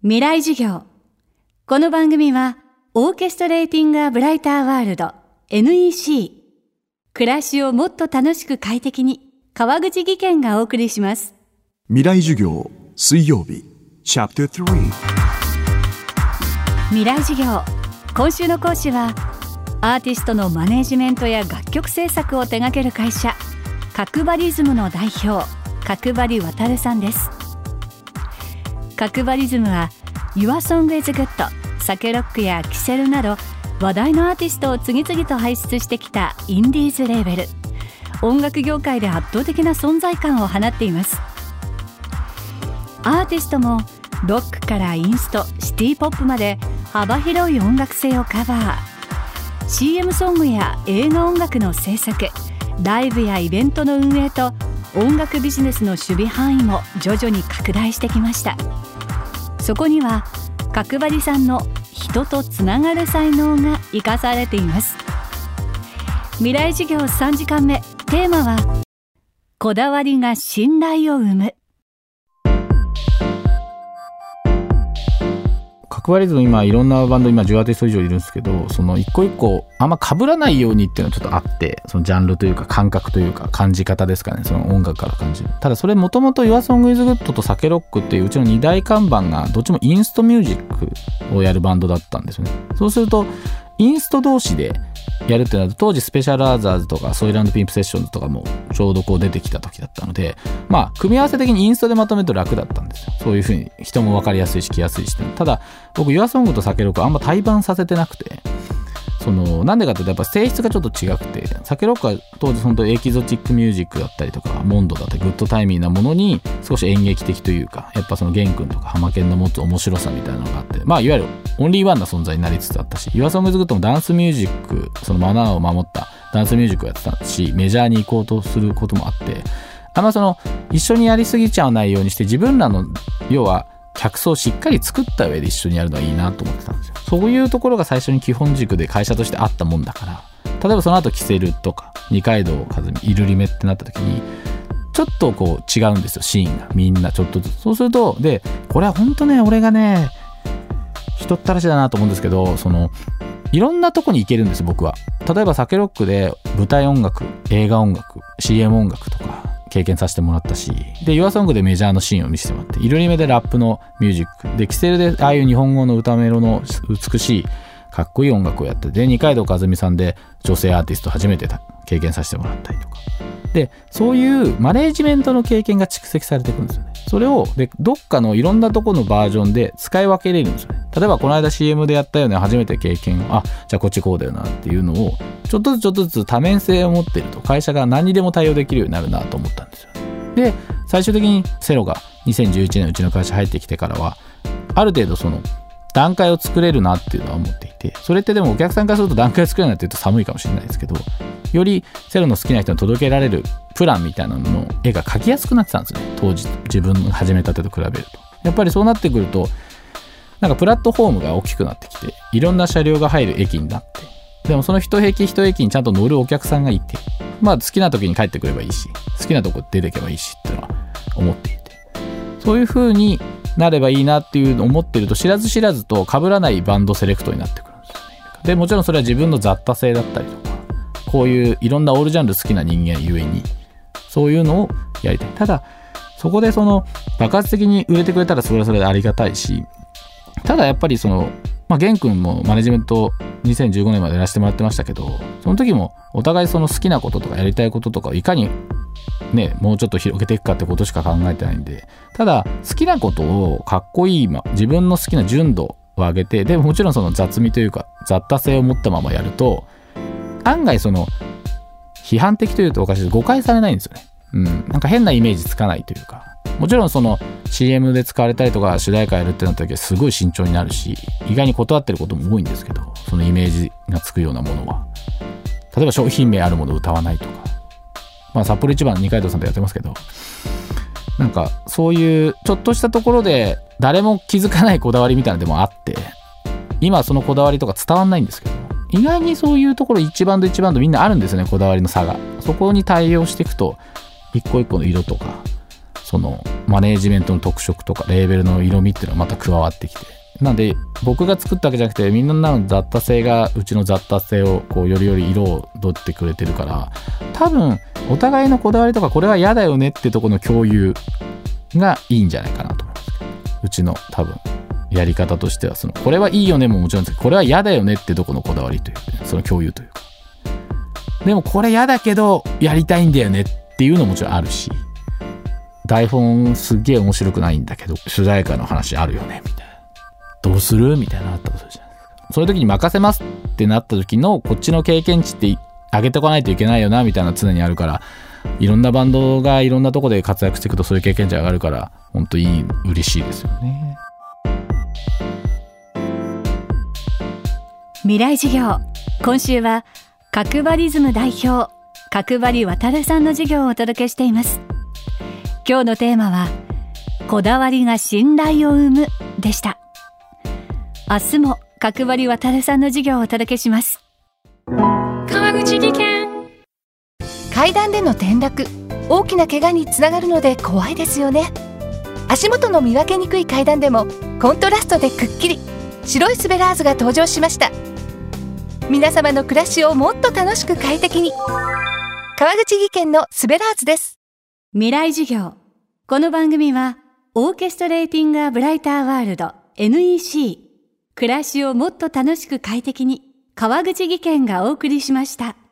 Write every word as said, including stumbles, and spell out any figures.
未来授業。この番組はオーケストレーティングアブライターワールド エヌイーシー 暮らしをもっと楽しく快適に川口義賢がお送りします。 未来授業水曜日チャプタースリー未来授業。今週の講師はアーティストのマネジメントや楽曲制作を手掛ける会社角張リズムの代表角張渉さんです。角張リズムは Your Song is Good、 サケロックやキセルなど話題のアーティストを次々と輩出してきたインディーズレーベル。音楽業界で圧倒的な存在感を放っています。アーティストもロックからインスト、シティポップまで幅広い音楽性をカバー。 シーエム ソングや映画音楽の制作、ライブやイベントの運営と音楽ビジネスの守備範囲も徐々に拡大してきました。そこには角張さんの人とつながる才能が生かされています。未来授業さんじかんめ、テーマはこだわりが信頼を生む。 角張リズム、今いろんなバンド今じゅうアーティスト以上いるんですけど、その一個一個あんま被らないようにっていうのはちょっとあって、そのジャンルというか感覚というか感じ方ですかね、その音楽から感じる。ただそれもともと Your Song is Good とサケロックっていううちのに大看板がどっちもインストミュージックをやるバンドだったんですよね。そうするとインスト同士でやるってなると、当時スペシャルアザーズとかソイル&ピンプセッションズとかもちょうどこう出てきた時だったので、まあ組み合わせ的にインストでまとめると楽だったんですよ。そういう風に人も分かりやすいし来やすいし。ただ僕 Your Song とサケロックあんま対バンさせてなくて、そのなんでかっていうとやっぱ性質がちょっと違くて、サケロックは当時本当エキゾチックミュージックだったりとかモンドだったりグッドタイミーなものに少し演劇的というか、やっぱその玄君とかハマケンの持つ面白さみたいなのがあって、まあいわゆるオンリーワンな存在になりつつあったし、 Your Song is Good もダンスミュージック、そのマナーを守ったダンスミュージックをやってたし、メジャーに行こうとすることもあって、あんまその一緒にやりすぎちゃわないようにして、自分らの要は客層をしっかり作った上で一緒にやるのはいいなと思ってたんですよ。そういうところが最初に基本軸で会社としてあったもんだから、例えばその後キセルとか二階堂和美、イルリメってなった時にちょっとこう違うんですよ、シーンがみんなちょっとずつ。そうすると、でこれは本当ね、俺がね人ったらしだなと思うんですけど、そのいろんなとこに行けるんです僕は。例えばサケロックで舞台音楽、映画音楽、 シーエム 音楽とか経験させてもらったし、で Your Song でメジャーのシーンを見せてもらって、イルリメでラップのミュージックで、キセルでああいう日本語の歌メロの美しいかっこいい音楽をやって、で二階堂和美さんで女性アーティスト初めて経験させてもらったりとかで、そういうマネージメントの経験が蓄積されていくんですよね。それをでどっかのいろんなとこのバージョンで使い分けれるんですよね。例えばこの間 シーエム でやったような初めて経験を、あ、じゃあこっちこうだよなっていうのをちょっとずつちょっとずつ多面性を持っていると、会社が何にでも対応できるようになるなと思ったんですよね。で最終的にセロがにせんじゅういちねんうちの会社入ってきてからは、ある程度その段階を作れるなっていうのは思っていて、それってでもお客さんからすると段階を作れないって言うと寒いかもしれないですけど、よりセロの好きな人に届けられるプランみたいなのの絵が描きやすくなってたんですね、当時自分の始めたてと比べると。やっぱりそうなってくると、なんかプラットフォームが大きくなってきて、いろんな車両が入る駅になって、でもその一駅一駅にちゃんと乗るお客さんがいて、まあ好きな時に帰ってくればいいし、好きなとこ出てけばいいしっていうのは思っていて、そういう風になればいいなっていうのを思ってると、知らず知らずと被らないバンドセレクトになってくるんですよね。でもちろんそれは自分の雑多性だったりとか、こういういろんなオールジャンル好きな人間ゆえにそういうのをやりたい。ただそこでその爆発的に売れてくれたらそれはそれでありがたいし、ただやっぱりそのまあ玄君もマネジメントにせんじゅうごねんまでやらせてもらってましたけど、その時もお互いその好きなこととかやりたいこととかをいかにねもうちょっと広げていくかってことしか考えてないんで、ただ好きなことをかっこいい、ま、自分の好きな純度を上げて、でももちろんその雑味というか雑多性を持ったままやると、案外その批判的というとおかしいです、誤解されないんですよね。うん、なんか変なイメージつかないというか、もちろんその シーエム で使われたりとか主題歌やるってなった時はすごい慎重になるし、意外に断ってることも多いんですけど、そのイメージがつくようなものは、例えば商品名あるものを歌わないとか、まあ札幌一番二階堂さんとやってますけど、なんかそういうちょっとしたところで誰も気づかないこだわりみたいなのでもあって、今そのこだわりとか伝わんないんですけど、意外にそういうところ一バンド一バンドみんなあるんですよね、こだわりの差が。そこに対応していくと一個一個の色とかそのマネージメントの特色とかレーベルの色味っていうのがまた加わってきて、なんで僕が作ったわけじゃなくてみんなの雑多性がうちの雑多性をこうよりより色を取ってくれてるから、多分お互いのこだわりとかこれは嫌だよねってところの共有がいいんじゃないかなと思います。うちの多分やり方としては、そのこれはいいよねももちろんですけど、これは嫌だよねってとこのこだわりというか、その共有というか、でもこれ嫌だけどやりたいんだよねっていうのももちろんあるし、台本すっげえ面白くないんだけど主題歌の話あるよねみたいな、どうするみたいなのあったことじゃないですか。そういう時に任せますってなった時のこっちの経験値って上げてこないといけないよなみたいな常にあるから、いろんなバンドがいろんなとこで活躍していくとそういう経験値上がるから、本当いい嬉しいですよね。 未来事業、今週は角張リズム代表角張渉さんの授業をお届けしています。今日のテーマはこだわりが信頼を生むでした。明日も角張渉さんの授業をお届けします。 川口技研。 階段での転落、大きな怪我につながるので怖いですよね。足元の見分けにくい階段でもコントラストでくっきり白いスベラーズが登場しました。皆様の暮らしをもっと楽しく快適に、川口技研のスベラーズです。 未来授業、この番組はオーケストレーティングアブライターワールド エヌイーシー、 暮らしをもっと楽しく快適に、川口技研がお送りしました。